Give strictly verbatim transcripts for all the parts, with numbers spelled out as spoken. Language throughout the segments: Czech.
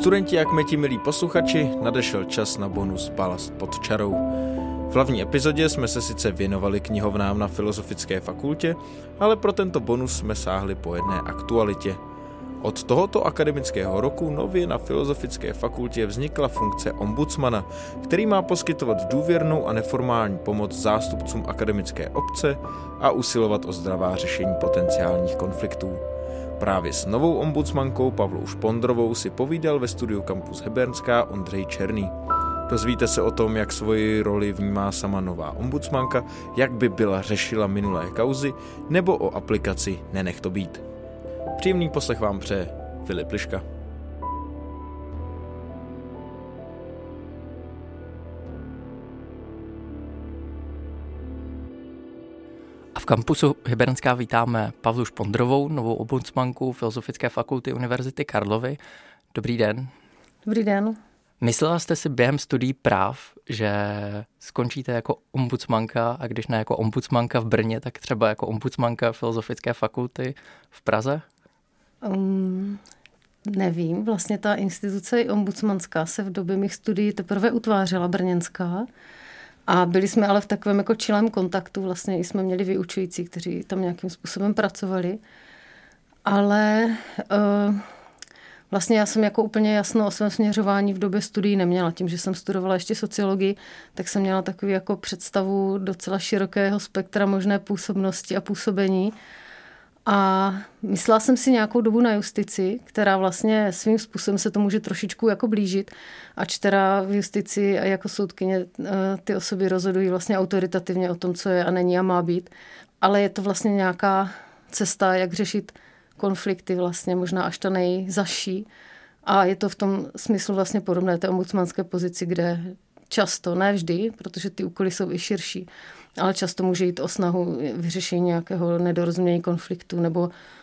Studenti, jak ti milí posluchači, nadešel čas na bonus Balast pod čarou. V hlavní epizodě jsme se sice věnovali knihovnám na Filozofické fakultě, ale pro tento bonus jsme sáhli po jedné aktualitě. Od tohoto akademického roku nově na Filozofické fakultě vznikla funkce ombudsmana, který má poskytovat důvěrnou a neformální pomoc zástupcům akademické obce a usilovat o zdravá řešení potenciálních konfliktů. Právě s novou ombudsmankou Pavlou Špondrovou si povídal ve studiu Campus Hybernská Ondřej Černý. Dozvíte se o tom, jak svoji roli vnímá sama nová ombudsmanka, jak by byla řešila minulé kauzy, nebo o aplikaci Nenech to být. Příjemný poslech vám přeje Filip Liška. A v kampusu Hybernská vítáme Pavlu Špondrovou, novou ombudsmanku Filozofické fakulty Univerzity Karlovy. Dobrý den. Dobrý den. Myslela jste si během studií práv, že skončíte jako ombudsmanka a když ne jako ombudsmanka v Brně, tak třeba jako ombudsmanka Filozofické fakulty v Praze? Um, nevím, vlastně ta instituce ombudsmanská se v době mých studií teprve utvářela brněnská a byli jsme ale v takovém jako čilém kontaktu, vlastně jsme měli vyučující, kteří tam nějakým způsobem pracovali, ale uh, vlastně já jsem jako úplně jasno o svém směřování v době studií neměla. Tím, že jsem studovala ještě sociologii, tak jsem měla takový jako představu docela širokého spektra možné působnosti a působení. A myslela jsem si nějakou dobu na justici, která vlastně svým způsobem se to může trošičku jako blížit, ač teda v justici a jako soudkyně ty osoby rozhodují vlastně autoritativně o tom, co je a není a má být. Ale je to vlastně nějaká cesta, jak řešit konflikty vlastně, možná až ta nejzaší. A je to v tom smyslu vlastně podobné té ombudsmanské pozici, kde často, ne vždy, protože ty úkoly jsou i širší, ale často může jít o snahu vyřešení nějakého nedorozumění konfliktu nebo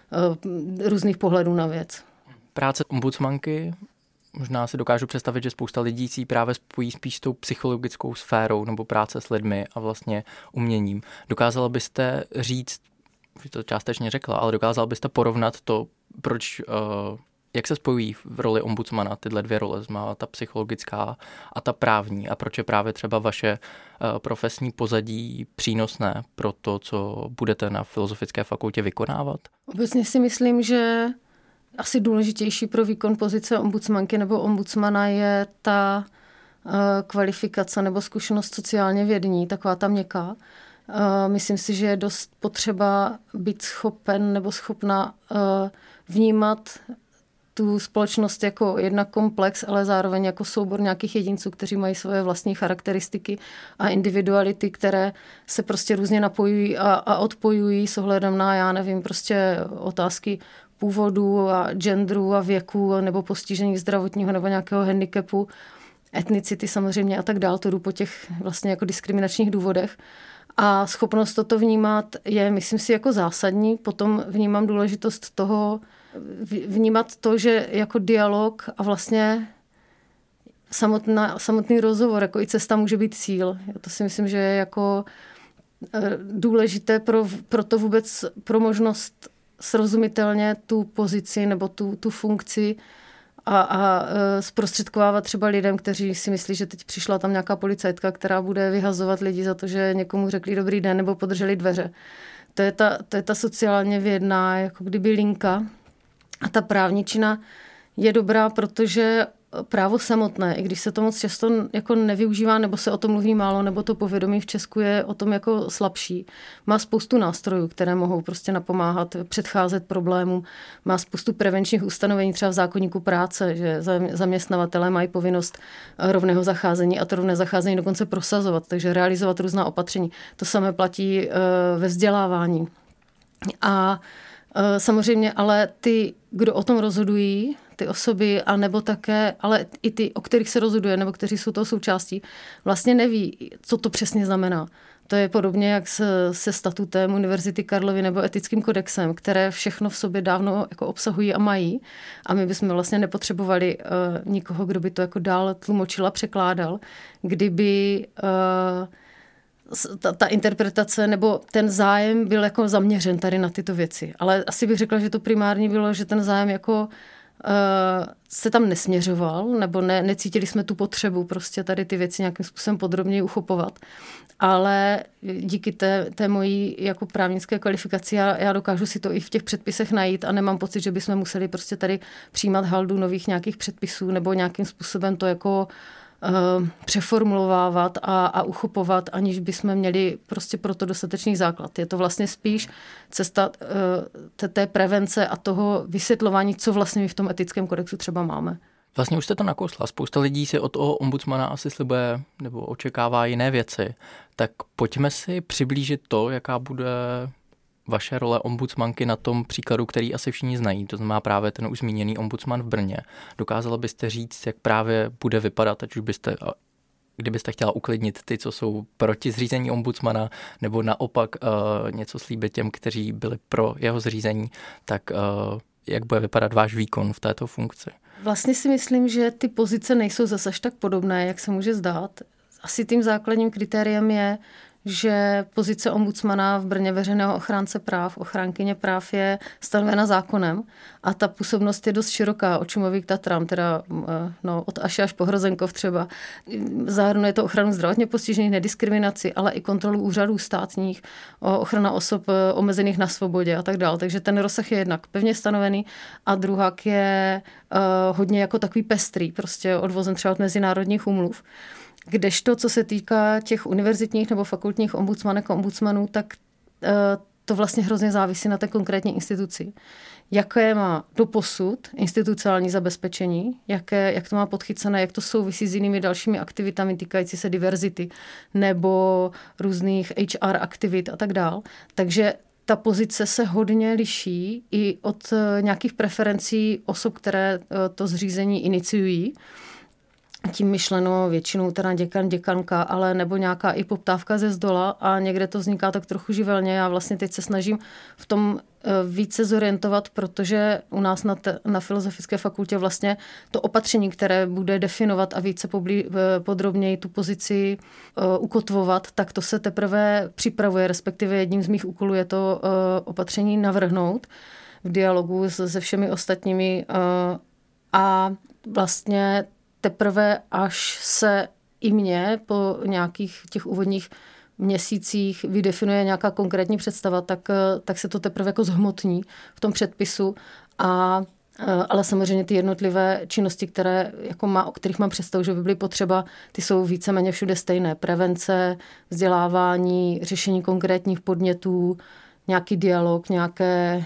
uh, různých pohledů na věc. Práce ombudsmanky, možná si dokážu představit, že spousta lidí si právě spojí spíš s tou psychologickou sférou nebo práce s lidmi a vlastně uměním. Dokázala byste říct, že to částečně řekla, ale dokázal byste porovnat to, proč, uh, jak se spojují v roli ombudsmana tyhle dvě role, má ta psychologická a ta právní, a proč je právě třeba vaše uh, profesní pozadí přínosné pro to, co budete na Filozofické fakultě vykonávat? Obecně si myslím, že asi důležitější pro výkon pozice ombudsmanky nebo ombudsmana je ta uh, kvalifikace nebo zkušenost sociálně vědní, taková ta měkká. Myslím si, že je dost potřeba být schopen nebo schopna vnímat tu společnost jako jednak komplex, ale zároveň jako soubor nějakých jedinců, kteří mají svoje vlastní charakteristiky a individuality, které se prostě různě napojují a, a odpojují s ohledem na, já nevím, prostě otázky původu a genderu a věku nebo postižení zdravotního nebo nějakého handicapu, etnicity samozřejmě a tak dál, to jdu po těch vlastně jako diskriminačních důvodech. A schopnost toto vnímat je, myslím si, jako zásadní. Potom vnímám důležitost toho, vnímat to, že jako dialog a vlastně samotná, samotný rozhovor, jako i cesta může být cíl. To si myslím, že je jako důležité pro, pro to vůbec, pro možnost srozumitelně tu pozici nebo tu, tu funkci a, a zprostředkovávat třeba lidem, kteří si myslí, že teď přišla tam nějaká policajtka, která bude vyhazovat lidi za to, že někomu řekli dobrý den nebo podrželi dveře. To je ta, to je ta sociálně vědná, jako kdyby linka. A ta právničina je dobrá, protože právo samotné, i když se to moc často jako nevyužívá, nebo se o tom mluví málo, nebo to povědomí v Česku je o tom jako slabší. Má spoustu nástrojů, které mohou prostě napomáhat, předcházet problémům. Má spoustu prevenčních ustanovení, třeba v zákoníku práce, že zaměstnavatelé mají povinnost rovného zacházení a to rovné zacházení dokonce prosazovat, takže realizovat různá opatření. To samé platí ve vzdělávání. A samozřejmě, ale ty, kdo o tom rozhodují, ty osoby, a nebo také, ale i ty, o kterých se rozhoduje, nebo kteří jsou toho součástí, vlastně neví, co to přesně znamená. To je podobně jak se, se statutem Univerzity Karlovy nebo etickým kodexem, které všechno v sobě dávno jako obsahují a mají. A my bychom vlastně nepotřebovali uh, nikoho, kdo by to jako dál tlumočil a překládal, kdyby uh, Ta, ta interpretace nebo ten zájem byl jako zaměřen tady na tyto věci. Ale asi bych řekla, že to primární bylo, že ten zájem jako se tam nesměřoval, nebo ne, necítili jsme tu potřebu prostě tady ty věci nějakým způsobem podrobněji uchopovat. Ale díky té, té mojí jako právnické kvalifikaci já, já dokážu si to i v těch předpisech najít a nemám pocit, že bychom museli prostě tady přijímat haldu nových nějakých předpisů nebo nějakým způsobem to jako uh, přeformulovávat a, a uchopovat, aniž bychom měli prostě pro to dostatečný základ. Je to vlastně spíš cesta uh, té prevence a toho vysvětlování, co vlastně my v tom etickém kodexu třeba máme. Vlastně už jste to nakousla. Spousta lidí si od toho ombudsmana asi slibuje nebo očekává jiné věci. Tak pojďme si přiblížit to, jaká bude vaše role ombudsmanky na tom příkladu, který asi všichni znají. To znamená právě ten už zmíněný ombudsman v Brně. Dokázala byste říct, jak právě bude vypadat, ať už byste, kdybyste chtěla uklidnit ty, co jsou proti zřízení ombudsmana, nebo naopak uh, něco slíbit těm, kteří byli pro jeho zřízení, tak uh, jak bude vypadat váš výkon v této funkci? Vlastně si myslím, že ty pozice nejsou zase až tak podobné, jak se může zdát. Asi tím základním kritériem je, že pozice ombudsmana v Brně veřejného ochránce práv, ochránkyně práv je stanovena zákonem a ta působnost je dost široká, od Šumavy k Tatrám, teda no, od Aši až po Hrozenkov třeba. Zahrnuje to ochranu zdravotně postižených, nediskriminaci, ale i kontrolu úřadů státních, ochrana osob omezených na svobodě a tak dále. Takže ten rozsah je jednak pevně stanovený a druhák je uh, hodně jako takový pestrý, prostě odvozen třeba od mezinárodních úmluv. Kdežto, co se týká těch univerzitních nebo fakultních ombudsmanek a ombudsmanů, tak to vlastně hrozně závisí na té konkrétní instituci. Jaké má doposud institucionální zabezpečení, jaké, jak to má podchycené, jak to souvisí s jinými dalšími aktivitami týkající se diverzity nebo různých H R aktivit a tak dál. Takže ta pozice se hodně liší i od nějakých preferencí osob, které to zřízení iniciují. Tím myšleno většinou teda děkan, děkanka, ale nebo nějaká i poptávka ze zdola a někde to vzniká tak trochu živelně. Já vlastně teď se snažím v tom více zorientovat, protože u nás na, te, na Filozofické fakultě vlastně to opatření, které bude definovat a více poblí, podrobněji tu pozici uh, ukotvovat, tak to se teprve připravuje, respektive jedním z mých úkolů je to uh, opatření navrhnout v dialogu s, se všemi ostatními uh, a vlastně teprve až se i mně po nějakých těch úvodních měsících vydefinuje nějaká konkrétní představa, tak, tak se to teprve jako zhmotní v tom předpisu. A, ale samozřejmě ty jednotlivé činnosti, které jako má, o kterých mám představu, že by byly potřeba, ty jsou víceméně všude stejné. Prevence, vzdělávání, řešení konkrétních podnětů, nějaký dialog, nějaké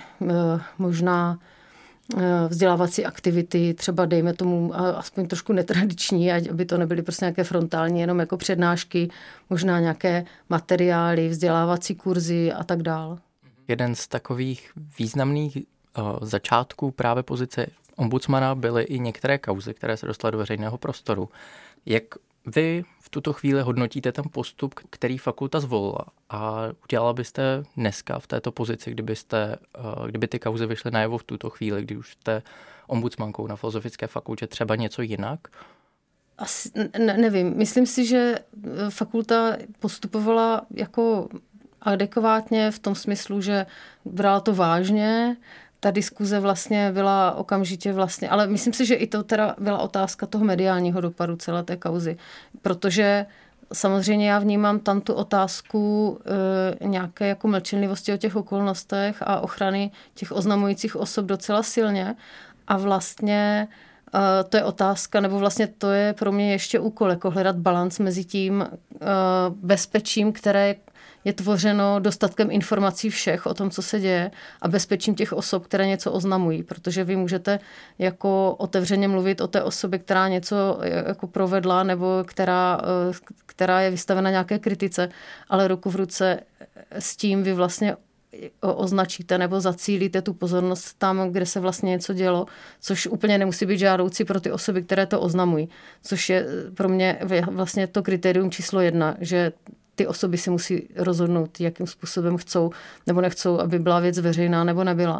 možná vzdělávací aktivity, třeba dejme tomu aspoň trošku netradiční, aby to nebyly prostě nějaké frontální, jenom jako přednášky, možná nějaké materiály, vzdělávací kurzy a tak dále. Jeden z takových významných uh, začátků právě pozice ombudsmana byly i některé kauzy, které se dostaly do veřejného prostoru. Jak vy v tuto chvíli hodnotíte ten postup, který fakulta zvolila a udělala byste dneska v této pozici, kdybyste, kdyby ty kauzy vyšly najevo v tuto chvíli, kdy už jste ombudsmankou na Filozofické fakultě, třeba něco jinak? Asi, ne, nevím. Myslím si, že fakulta postupovala jako adekvátně v tom smyslu, že brala to vážně. Ta diskuze vlastně byla okamžitě vlastně, ale myslím si, že i to teda byla otázka toho mediálního dopadu celé té kauzy, protože samozřejmě já vnímám tam tu otázku e, nějaké jako mlčenlivosti o těch okolnostech a ochrany těch oznamujících osob docela silně a vlastně e, to je otázka, nebo vlastně to je pro mě ještě úkol, jako hledat balanc mezi tím e, bezpečím, které je tvořeno dostatkem informací všech o tom, co se děje a bezpečím těch osob, které něco oznamují, protože vy můžete jako otevřeně mluvit o té osobě, která něco jako provedla nebo která, která je vystavena nějaké kritice, ale ruku v ruce s tím vy vlastně označíte nebo zacílíte tu pozornost tam, kde se vlastně něco dělo, což úplně nemusí být žádoucí pro ty osoby, které to oznamují, což je pro mě vlastně to kritérium číslo jedna, že ty osoby si musí rozhodnout, jakým způsobem chcou nebo nechcou, aby byla věc veřejná nebo nebyla.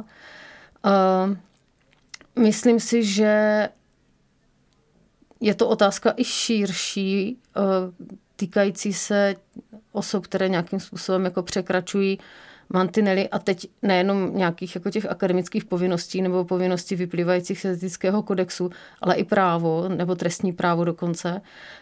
Uh, myslím si, že je to otázka i širší, uh, týkající se osob, které nějakým způsobem jako překračují mantinely a teď nejenom nějakých jako těch akademických povinností nebo povinností vyplývajících z etického kodexu, ale i právo nebo trestní právo dokonce.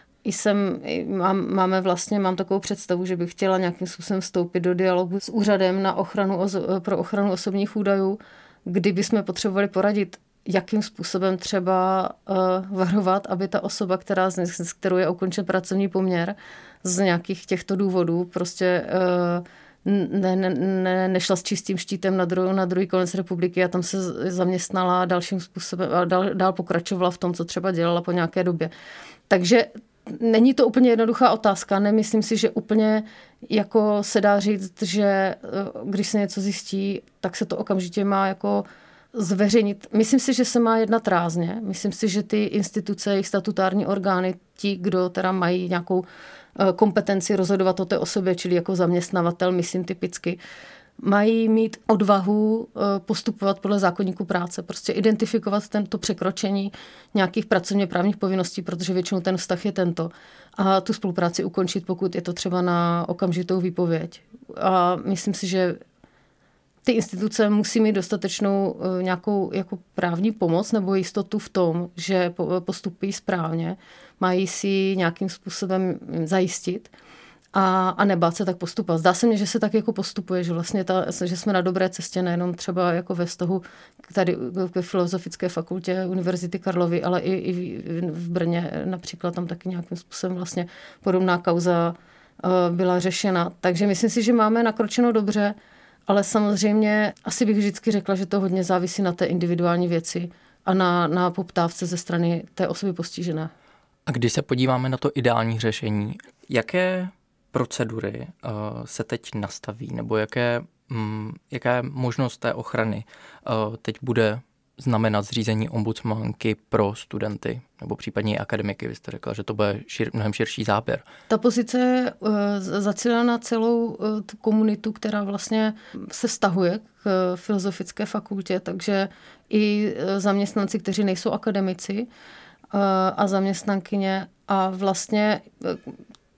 Jsem, mám, máme vlastně, mám takovou představu, že bych chtěla nějakým způsobem vstoupit do dialogu s úřadem na ochranu, pro ochranu osobních údajů, kdyby jsme potřebovali poradit, jakým způsobem třeba uh, varovat, aby ta osoba, která, s kterou je ukončen pracovní poměr z nějakých těchto důvodů, prostě uh, ne, ne, ne, nešla s čistým štítem na, dru, na druhý konec republiky a tam se zaměstnala dalším způsobem a dál, dál pokračovala v tom, co třeba dělala po nějaké době. Takže není to úplně jednoduchá otázka. Nemyslím si, že úplně jako se dá říct, že když se něco zjistí, tak se to okamžitě má jako zveřejnit. Myslím si, že se má jednat rázně. Myslím si, že ty instituce, jejich statutární orgány, ti, kdo teda mají nějakou kompetenci rozhodovat o té osobě, čili jako zaměstnavatel, myslím typicky, mají mít odvahu postupovat podle zákoníku práce, prostě identifikovat tento překročení nějakých pracovně právních povinností, protože většinou ten vztah je tento. A tu spolupráci ukončit, pokud je to třeba na okamžitou výpověď. A myslím si, že ty instituce musí mít dostatečnou nějakou jako právní pomoc nebo jistotu v tom, že postupují správně, mají si nějakým způsobem zajistit a, a nebát se tak postupovat. Zdá se mně, že se tak jako postupuje, že vlastně ta, že jsme na dobré cestě nejenom třeba jako ve vztahu tady ke Filozofické fakultě Univerzity Karlovy, ale i, i v Brně například tam taky nějakým způsobem vlastně podobná kauza byla řešena. Takže myslím si, že máme nakročeno dobře, ale samozřejmě asi bych vždycky řekla, že to hodně závisí na té individuální věci a na, na poptávce ze strany té osoby postižené. A když se podíváme na to ideální řešení, jaké procedury uh, se teď nastaví, nebo jaké, um, jaká možnost té ochrany uh, teď bude znamenat zřízení ombudsmanky pro studenty nebo případně i akademiky? Vy jste řekla, že to bude šir, mnohem širší záběr. Ta pozice je uh, zacílena na celou uh, tu komunitu, která vlastně se vztahuje k uh, Filozofické fakultě, takže i uh, zaměstnanci, kteří nejsou akademici uh, a zaměstnankyně a vlastně uh,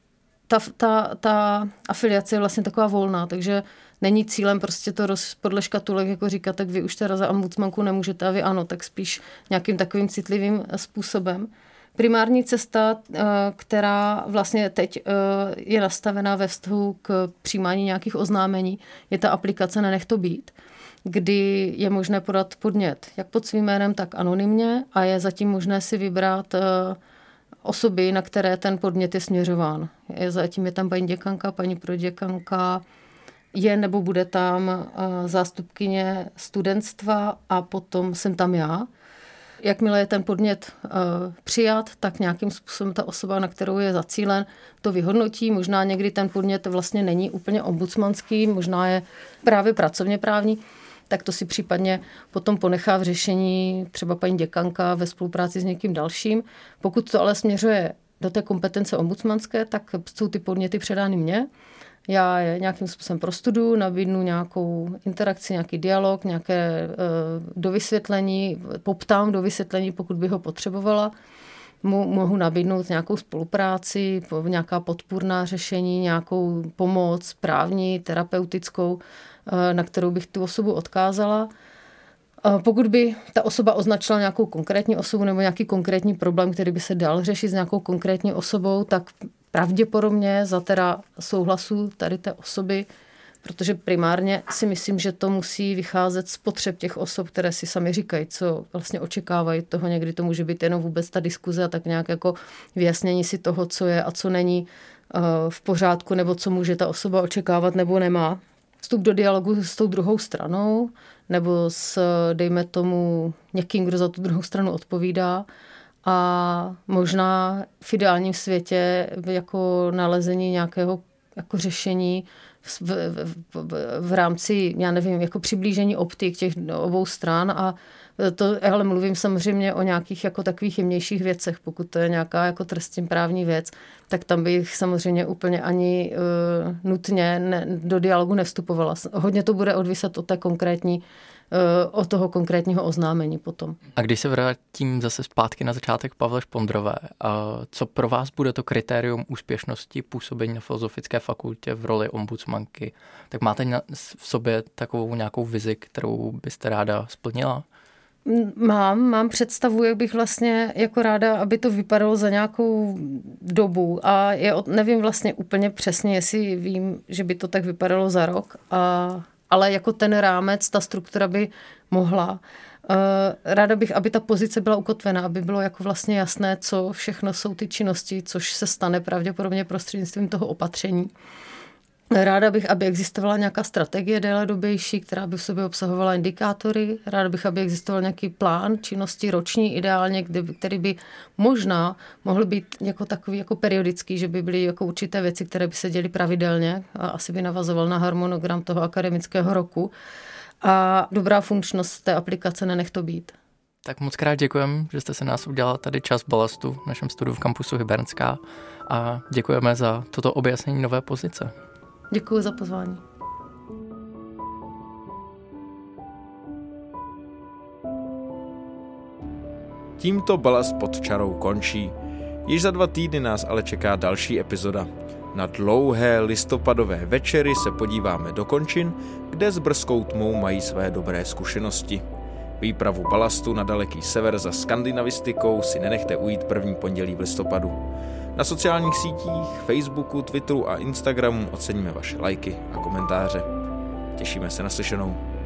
ta, ta, ta afiliace je vlastně taková volná, takže není cílem prostě to roz, podle škatulek jako říkat, tak vy už teda za ombudsmanku nemůžete a vy ano, tak spíš nějakým takovým citlivým způsobem. Primární cesta, která vlastně teď je nastavená ve vztahu k přijímání nějakých oznámení, je ta aplikace Nenech to být, kdy je možné podat podnět jak pod svým jménem, tak anonymně a je zatím možné si vybrat osoby, na které ten podnět je směřován. Je, zatím je tam paní děkanka, paní proděkanka, je nebo bude tam uh, zástupkyně studentstva a potom jsem tam já. Jakmile je ten podnět uh, přijat, tak nějakým způsobem ta osoba, na kterou je zacílen, to vyhodnotí. Možná někdy ten podnět vlastně není úplně ombudsmanský, možná je právě pracovně právní, tak to si případně potom ponechá v řešení třeba paní děkanka ve spolupráci s někým dalším. Pokud to ale směřuje do té kompetence ombudsmanské, tak jsou ty podněty předány mně. Já je nějakým způsobem prostuduju, nabídnu nějakou interakci, nějaký dialog, nějaké uh, dovysvětlení, poptám dovysvětlení, pokud by ho potřebovala. Mohu nabídnout nějakou spolupráci, nějaká podpůrná řešení, nějakou pomoc právní, terapeutickou, na kterou bych tu osobu odkázala. Pokud by ta osoba označila nějakou konkrétní osobu nebo nějaký konkrétní problém, který by se dal řešit s nějakou konkrétní osobou, tak pravděpodobně za teda souhlasu tady té osoby, protože primárně si myslím, že to musí vycházet z potřeb těch osob, které si sami říkají, co vlastně očekávají toho. Někdy to může být jenom vůbec ta diskuze a tak nějak jako vyjasnění si toho, co je a co není v pořádku, nebo co může ta osoba očekávat nebo nemá. Vstup do dialogu s tou druhou stranou nebo s, dejme tomu, někým, kdo za tu druhou stranu odpovídá a možná v ideálním světě jako nalezení nějakého jako řešení v, v, v, v rámci, já nevím, jako přiblížení optik těch obou stran a to, ale mluvím samozřejmě o nějakých jako takových jemnějších věcech, pokud to je nějaká jako trestně právní věc, tak tam bych samozřejmě úplně ani uh, nutně ne, do dialogu nevstupovala. Hodně to bude odviset od té konkrétní od toho konkrétního oznámení potom. A když se vrátím zase zpátky na začátek Pavle Špondrové, co pro vás bude to kritérium úspěšnosti působení na Filozofické fakultě v roli ombudsmanky? Tak máte v sobě takovou nějakou vizi, kterou byste ráda splnila? Mám, mám představu, jak bych vlastně jako ráda, aby to vypadalo za nějakou dobu a je, nevím vlastně úplně přesně, jestli vím, že by to tak vypadalo za rok, a, ale jako ten rámec, ta struktura by mohla. Ráda bych, aby ta pozice byla ukotvena, aby bylo jako vlastně jasné, co všechno jsou ty činnosti, což se stane pravděpodobně prostřednictvím toho opatření. Ráda bych, aby existovala nějaká strategie déledobější, která by v sobě obsahovala indikátory. Ráda bych, aby existoval nějaký plán činnosti roční, ideálně, který by možná mohl být jako takový jako periodický, že by byly jako určité věci, které by se děly pravidelně a asi by navazoval na harmonogram toho akademického roku. A dobrá funkčnost té aplikace, nenech to být. Tak moc krát děkujeme, že jste se nás udělala tady čas balastu v našem studiu v kampusu Hybernská a děkujeme za toto objasnění nové pozice. Děkuji za pozvání. Tímto Balast pod čarou končí. Již za dva týdny nás ale čeká další epizoda. Na dlouhé listopadové večery se podíváme do končin, kde s brzkou tmou mají své dobré zkušenosti. Výpravu balastu na daleký sever za skandinavistikou si nenechte ujít první pondělí v listopadu. Na sociálních sítích, Facebooku, Twitteru a Instagramu oceníme vaše lajky a komentáře. Těšíme se na slyšenou.